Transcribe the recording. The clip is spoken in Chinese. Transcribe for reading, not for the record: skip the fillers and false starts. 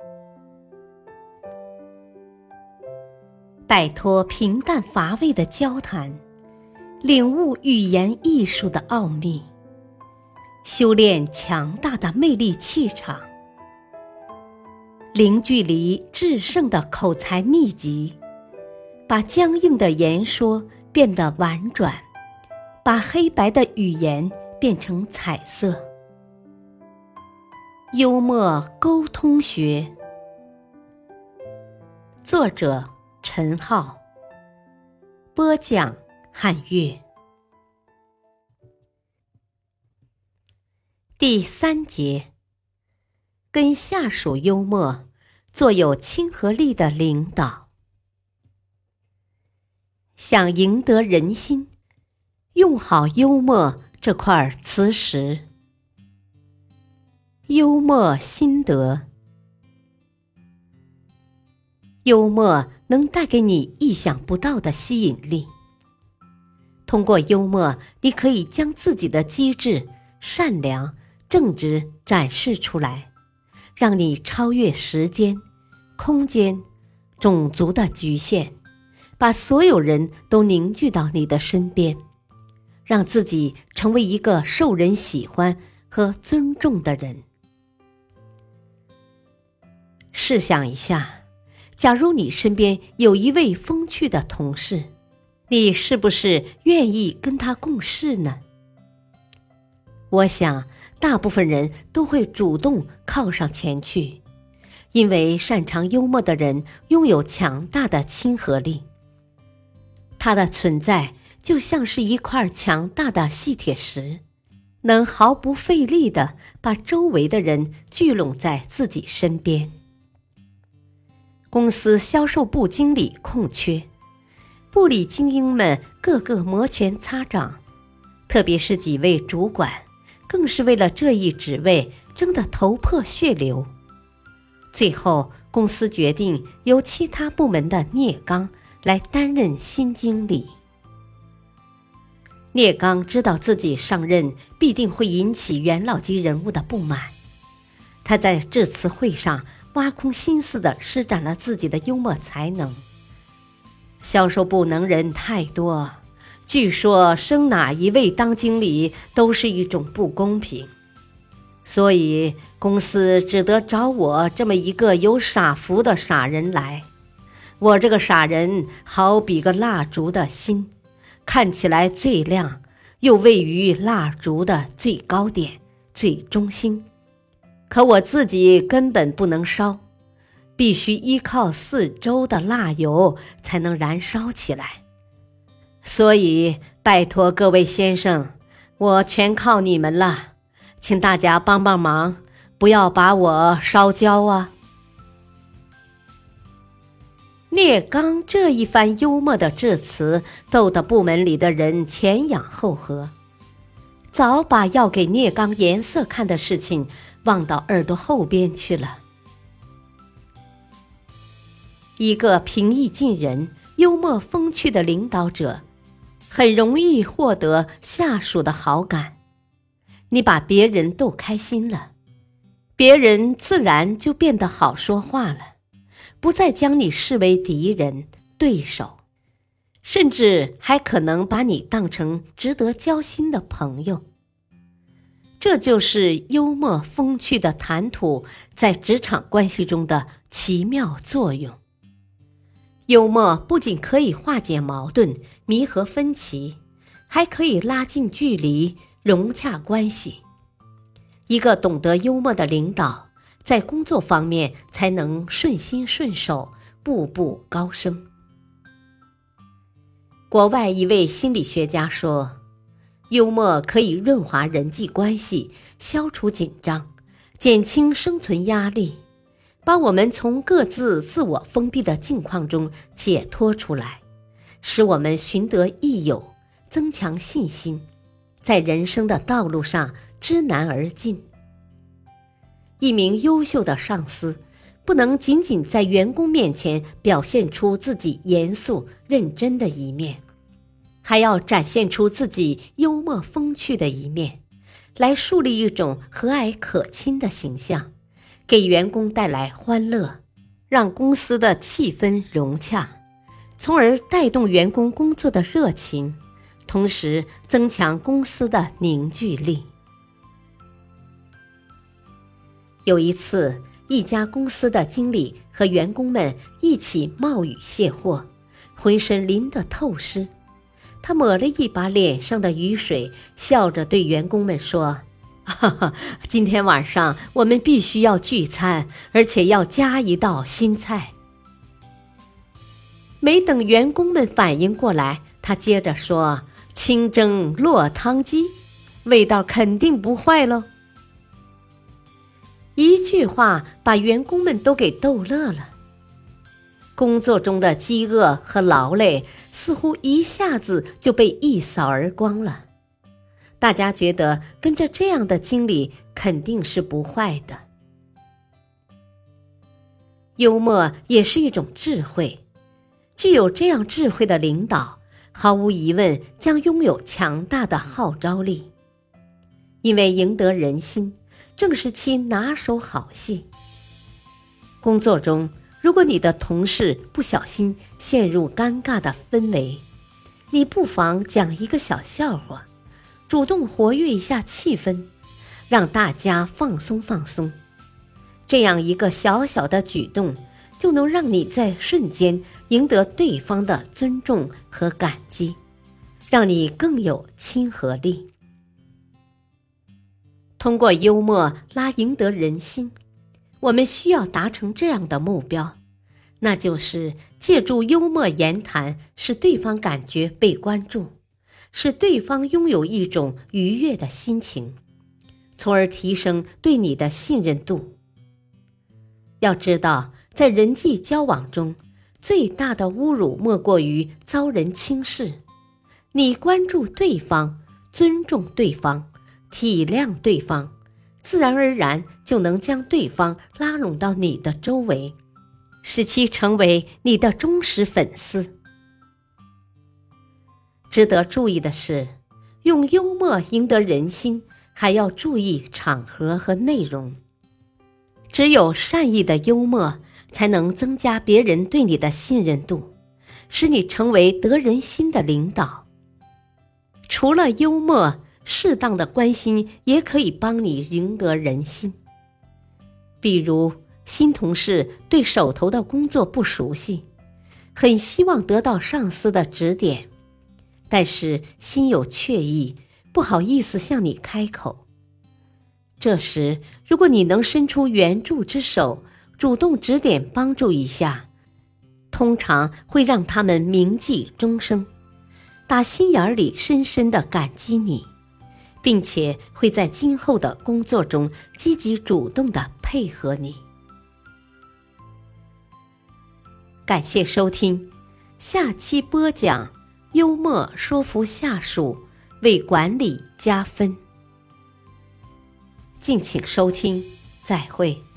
摆脱平淡乏味的交谈，领悟语言艺术的奥秘，修炼强大的魅力气场，零距离制胜的口才秘籍，把僵硬的言说变得婉转，把黑白的语言变成彩色。幽默沟通学，作者陈浩，播讲汉乐。第3节，跟下属幽默，做有亲和力的领导。想赢得人心，用好幽默这块磁石。幽默心得，幽默能带给你意想不到的吸引力。通过幽默，你可以将自己的机智、善良、正直展示出来，让你超越时间、空间、种族的局限，把所有人都凝聚到你的身边，让自己成为一个受人喜欢和尊重的人。试想一下，假如你身边有一位风趣的同事，你是不是愿意跟他共事呢？我想大部分人都会主动靠上前去，因为擅长幽默的人拥有强大的亲和力。他的存在就像是一块强大的细铁石，能毫不费力地把周围的人聚拢在自己身边。公司销售部经理空缺，部里精英们个个摩拳擦掌，特别是几位主管，更是为了这一职位争得头破血流。最后，公司决定由其他部门的聂刚来担任新经理。聂刚知道自己上任必定会引起元老级人物的不满，他在致辞会上挖空心思地施展了自己的幽默才能。销售部能人太多，据说升哪一位当经理都是一种不公平，所以公司只得找我这么一个有傻福的傻人来。我这个傻人好比个蜡烛的芯，看起来最亮，又位于蜡烛的最高点、最中心。可我自己根本不能烧，必须依靠四周的蜡油才能燃烧起来。所以拜托各位先生，我全靠你们了，请大家帮帮忙，不要把我烧焦啊。聂刚这一番幽默的致辞，逗得部门里的人前仰后合，早把要给聂刚颜色看的事情忘到耳朵后边去了。一个平易近人、幽默风趣的领导者，很容易获得下属的好感。你把别人逗开心了，别人自然就变得好说话了，不再将你视为敌人、对手，甚至还可能把你当成值得交心的朋友。这就是幽默风趣的谈吐在职场关系中的奇妙作用。幽默不仅可以化解矛盾、弥合分歧，还可以拉近距离、融洽关系。一个懂得幽默的领导，在工作方面才能顺心顺手，步步高升。国外一位心理学家说，幽默可以润滑人际关系，消除紧张，减轻生存压力，把我们从各自自我封闭的境况中解脱出来，使我们寻得益友，增强信心，在人生的道路上知难而进。一名优秀的上司，不能仅仅在员工面前表现出自己严肃认真的一面，还要展现出自己幽默风趣的一面，来树立一种和蔼可亲的形象， 给员工带来欢乐，让公司的气氛融洽，从而带动员工工作的热情，同时增强公司的凝聚力。有一次，一家公司的经理和员工们一起冒雨卸货，浑身淋得透湿。他抹了一把脸上的雨水，笑着对员工们说：哈哈，今天晚上我们必须要聚餐，而且要加一道新菜。没等员工们反应过来，他接着说：清蒸落汤鸡，味道肯定不坏喽。一句话把员工们都给逗乐了。工作中的饥饿和劳累似乎一下子就被一扫而光了。大家觉得跟着这样的经理肯定是不坏的。幽默也是一种智慧，具有这样智慧的领导，毫无疑问将拥有强大的号召力。因为赢得人心正是其拿手好戏。工作中，如果你的同事不小心陷入尴尬的氛围，你不妨讲一个小笑话，主动活跃一下气氛，让大家放松放松。这样一个小小的举动，就能让你在瞬间赢得对方的尊重和感激，让你更有亲和力。通过幽默来赢得人心，我们需要达成这样的目标，那就是借助幽默言谈，使对方感觉被关注，使对方拥有一种愉悦的心情，从而提升对你的信任度。要知道，在人际交往中，最大的侮辱莫过于遭人轻视。你关注对方，尊重对方，体谅对方，自然而然就能将对方拉拢到你的周围，使其成为你的忠实粉丝。值得注意的是，用幽默赢得人心，还要注意场合和内容。只有善意的幽默，才能增加别人对你的信任度，使你成为得人心的领导。除了幽默，适当的关心也可以帮你赢得人心。比如，新同事对手头的工作不熟悉，很希望得到上司的指点，但是心有怯意，不好意思向你开口。这时，如果你能伸出援助之手，主动指点帮助一下，通常会让他们铭记终生，打心眼里深深地感激你，并且会在今后的工作中积极主动地配合你。感谢收听，下期播讲幽默说服下属，为管理加分。敬请收听，再会。